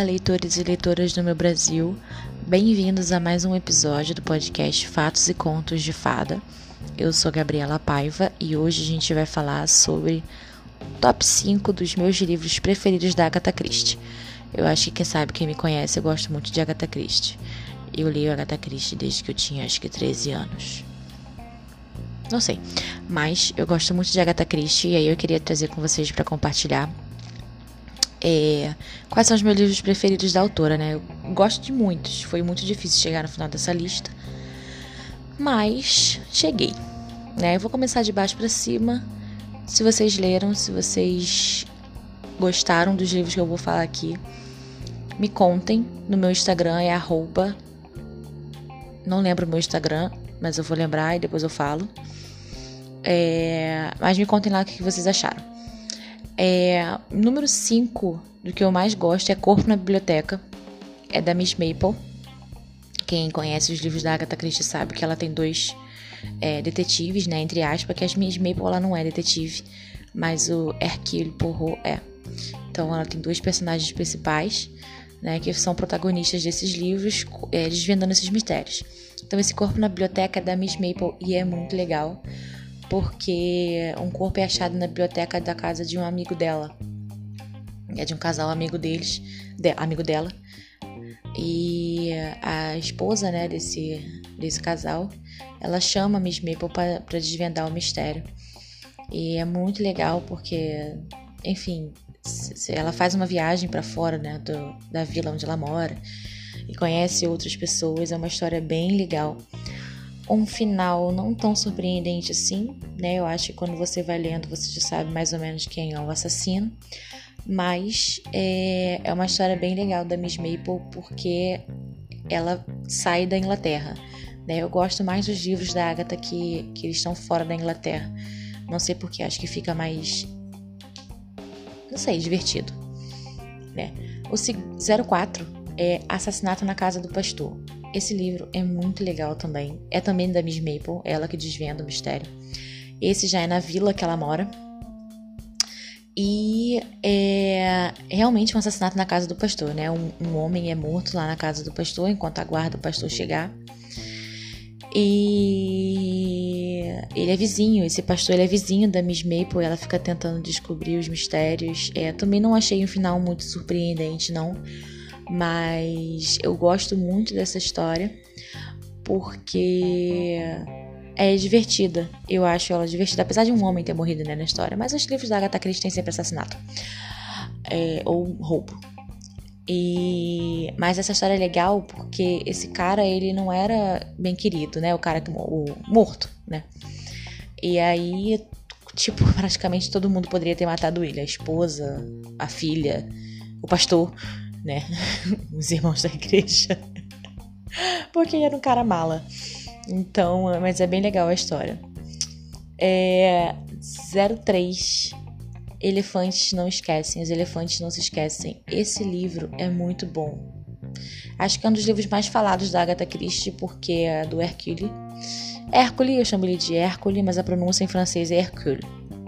Olá, leitores e leitoras do meu Brasil. Bem-vindos a mais um episódio do podcast Fatos e Contos de Fada. Eu sou Gabriela Paiva e hoje a gente vai falar sobre o top 5 dos meus livros preferidos da Agatha Christie. Eu acho que quem me conhece, eu gosto muito de Agatha Christie. Eu leio Agatha Christie desde que eu tinha, 13 anos. Não sei, mas eu gosto muito de Agatha Christie e aí eu queria trazer com vocês para compartilhar quais são os meus livros preferidos da autora, né? Eu gosto de muitos, foi muito difícil chegar no final dessa lista, mas cheguei, né? Eu vou começar de baixo para cima. Se vocês leram, se vocês gostaram dos livros que eu vou falar aqui, me contem. No meu Instagram é @, não lembro o meu Instagram, mas eu vou lembrar e depois eu falo. Mas me contem lá o que vocês acharam. Número 5 do que eu mais gosto é Corpo na Biblioteca. É da Miss Maple. Quem conhece os livros da Agatha Christie sabe que ela tem dois detetives, né, entre aspas, que a Miss Maple ela não é detetive, mas o Hercule Poirot é. Então ela tem dois personagens principais, né, que são protagonistas desses livros, desvendando esses mistérios. Então esse Corpo na Biblioteca é da Miss Maple e é muito legal, porque um corpo é achado na biblioteca da casa de um amigo dela. É de um casal amigo dela. E a esposa, né, desse casal, ela chama a Miss Maple para desvendar o mistério. E é muito legal porque, enfim, ela faz uma viagem para fora, né, da vila onde ela mora e conhece outras pessoas. É uma história bem legal. Um final não tão surpreendente assim, né? Eu acho que quando você vai lendo, você já sabe mais ou menos quem é o assassino. Mas é uma história bem legal da Miss Maple, porque ela sai da Inglaterra, né? Eu gosto mais dos livros da Agatha que eles estão fora da Inglaterra. Não sei porquê, acho que fica mais, não sei, divertido, né? O 04 é Assassinato na Casa do Pastor. Esse livro é muito legal também. É também da Miss Maple, ela que desvenda o mistério. Esse já é na vila que ela mora. E é realmente um assassinato na casa do pastor, né? Um homem é morto lá na casa do pastor enquanto aguarda o pastor chegar. E ele é vizinho, esse pastor ele é vizinho da Miss Maple, ela fica tentando descobrir os mistérios. Também não achei um final muito surpreendente, não. Mas eu gosto muito dessa história porque é divertida. Eu acho ela divertida, apesar de um homem ter morrido, né, na história. Mas os livros da Agatha Christie têm sempre assassinato ou roubo. Mas essa história é legal porque esse cara, ele não era bem querido, né? O cara o morto, né? E aí, tipo, praticamente todo mundo poderia ter matado ele. A esposa, a filha, o pastor, né? Os irmãos da igreja. Porque ele era um cara mala. Então, mas é bem legal a história. 03. Elefantes não esquecem. Os elefantes não se esquecem. Esse livro é muito bom. Acho que é um dos livros mais falados da Agatha Christie, porque é do Hercule. Hercule, eu chamo ele de Hercule, mas a pronúncia em francês é Hercule.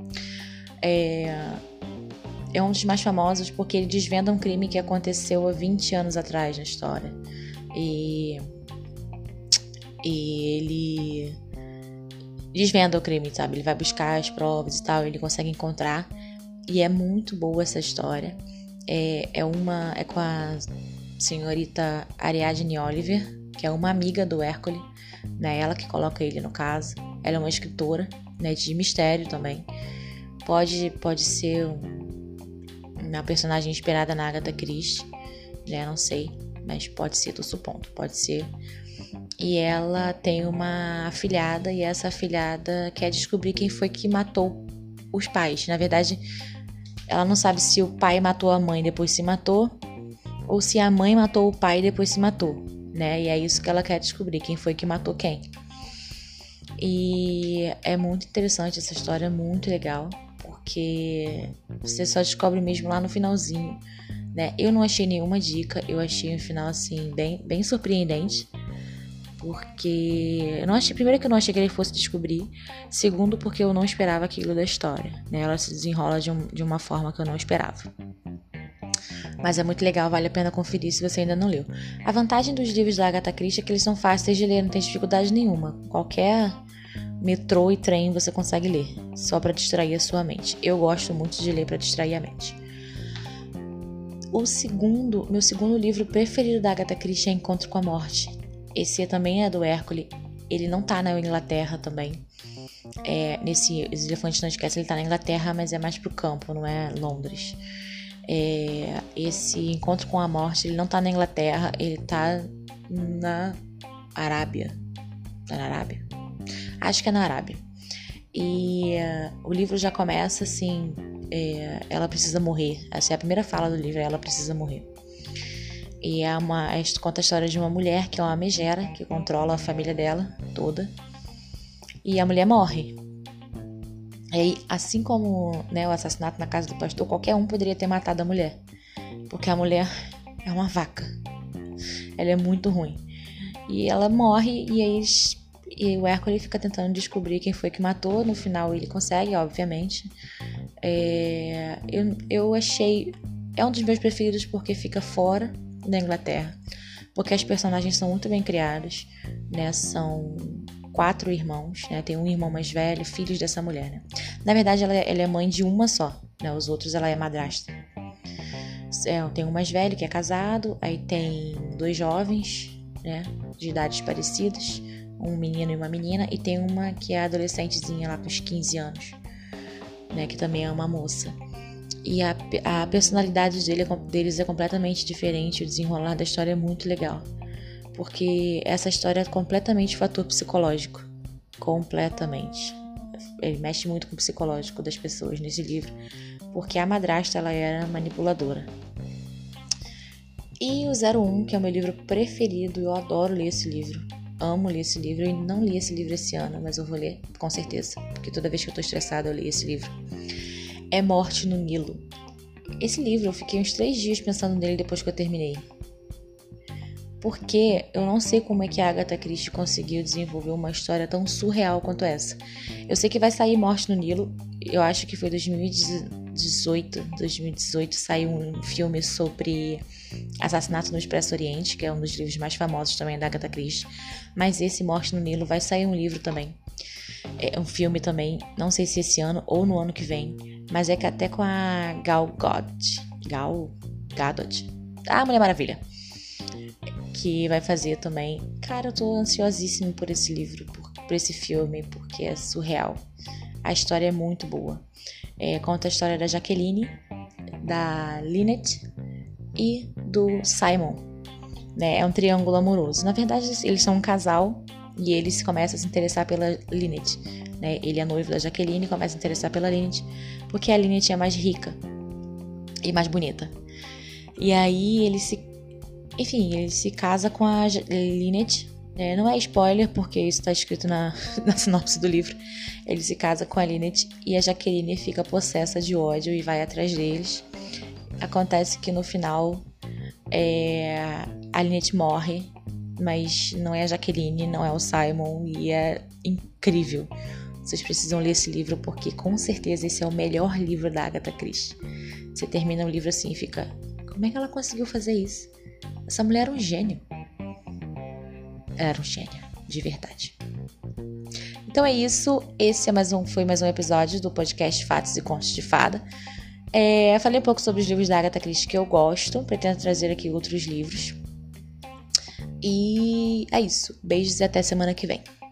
É um dos mais famosos porque ele desvenda um crime que aconteceu há 20 anos atrás na história. E ele desvenda o crime, sabe? Ele vai buscar as provas e tal, ele consegue encontrar. E é muito boa essa história. É com a senhorita Ariadne Oliver, que é uma amiga do Hercule, né? Ela que coloca ele no caso. Ela é uma escritora, né, de mistério também. Pode ser uma personagem inspirada na Agatha Christie, né? Não sei, mas pode ser, tô supondo, pode ser. E ela tem uma afilhada, e essa afilhada quer descobrir quem foi que matou os pais. Na verdade, ela não sabe se o pai matou a mãe e depois se matou, ou se a mãe matou o pai e depois se matou, né? E é isso que ela quer descobrir, quem foi que matou quem. E é muito interessante essa história, muito legal, porque você só descobre mesmo lá no finalzinho, né? Eu não achei nenhuma dica, eu achei um final assim bem surpreendente, porque primeiro que eu não achei que ele fosse descobrir, segundo porque eu não esperava aquilo da história, né? Ela se desenrola de uma forma que eu não esperava. Mas é muito legal, vale a pena conferir se você ainda não leu. A vantagem dos livros da Agatha Christie é que eles são fáceis de ler, não tem dificuldade nenhuma. Qualquer metrô e trem você consegue ler, só para distrair a sua mente. Eu gosto muito de ler para distrair a mente. Meu segundo livro preferido da Agatha Christie é Encontro com a Morte. Esse também é do Hércules. Ele não tá na Inglaterra também. Nesse Os Elefantes Não Esquecem, ele tá na Inglaterra, mas é mais pro campo, não é Londres. Esse Encontro com a Morte, ele não tá na Inglaterra, ele tá na Arábia. Tá na Arábia? Acho que é na Arábia. E o livro já começa assim, ela precisa morrer. Essa é a primeira fala do livro, ela precisa morrer. E conta a história de uma mulher que é uma megera, que controla a família dela toda. E a mulher morre. E aí, assim como, né, o assassinato na casa do pastor, qualquer um poderia ter matado a mulher. Porque a mulher é uma vaca. Ela é muito ruim. E ela morre e o Hércules fica tentando descobrir quem foi que matou. No final ele consegue, obviamente. Eu achei... É um dos meus preferidos porque fica fora da Inglaterra. Porque as personagens são muito bem criadas, né? São 4 irmãos, né? Tem um irmão mais velho, filhos dessa mulher, né? Na verdade, ela é mãe de uma só, né? Os outros ela é madrasta. Tem um mais velho que é casado, aí tem 2 jovens, né? De idades parecidas, um menino e uma menina, e tem uma que é adolescentezinha lá com uns 15 anos, né? Que também é uma moça. E a personalidade deles é completamente diferente, o desenrolar da história é muito legal. Porque essa história é completamente fator psicológico. Completamente. Ele mexe muito com o psicológico das pessoas nesse livro. Porque a madrasta, ela era manipuladora. E o 01, que é o meu livro preferido, eu adoro ler esse livro. Amo ler esse livro. Eu não li esse livro esse ano, mas eu vou ler, com certeza. Porque toda vez que eu tô estressada, eu leio esse livro. É Morte no Nilo. Esse livro, eu fiquei uns 3 dias pensando nele depois que eu terminei. Porque eu não sei como é que a Agatha Christie conseguiu desenvolver uma história tão surreal quanto essa. Eu sei que vai sair Morte no Nilo. Eu acho que foi 2018 saiu um filme sobre Assassinato no Expresso Oriente, que é um dos livros mais famosos também da Agatha Christie. Mas esse Morte no Nilo vai sair um livro também. É um filme também, não sei se esse ano ou no ano que vem. Mas é que até com a Gal Gadot. Ah, Mulher Maravilha. Que vai fazer também. Cara, eu tô ansiosíssima por esse livro, por esse filme, porque é surreal. A história é muito boa. Conta a história da Jacqueline, da Lynette e do Simon. Né? É um triângulo amoroso. Na verdade, eles são um casal e ele começa a se interessar pela Lynette. Né? Ele é noivo da Jacqueline e começa a se interessar pela Lynette, porque a Lynette é mais rica e mais bonita. E aí ele se casa com a Lynette. Não é spoiler, porque isso está escrito na sinopse do livro. Ele se casa com a Lynette e a Jacqueline fica possessa de ódio e vai atrás deles. Acontece que no final a Lynette morre, mas não é a Jacqueline, não é o Simon, e é incrível. Vocês precisam ler esse livro porque com certeza esse é o melhor livro da Agatha Christie. Você termina o livro assim e fica: como é que ela conseguiu fazer isso? Essa mulher era um gênio. Ela era um gênio, de verdade. Então é isso. Esse foi mais um episódio do podcast Fatos e Contos de Fada. Falei um pouco sobre os livros da Agatha Christie que eu gosto. Pretendo trazer aqui outros livros. E é isso. Beijos e até semana que vem.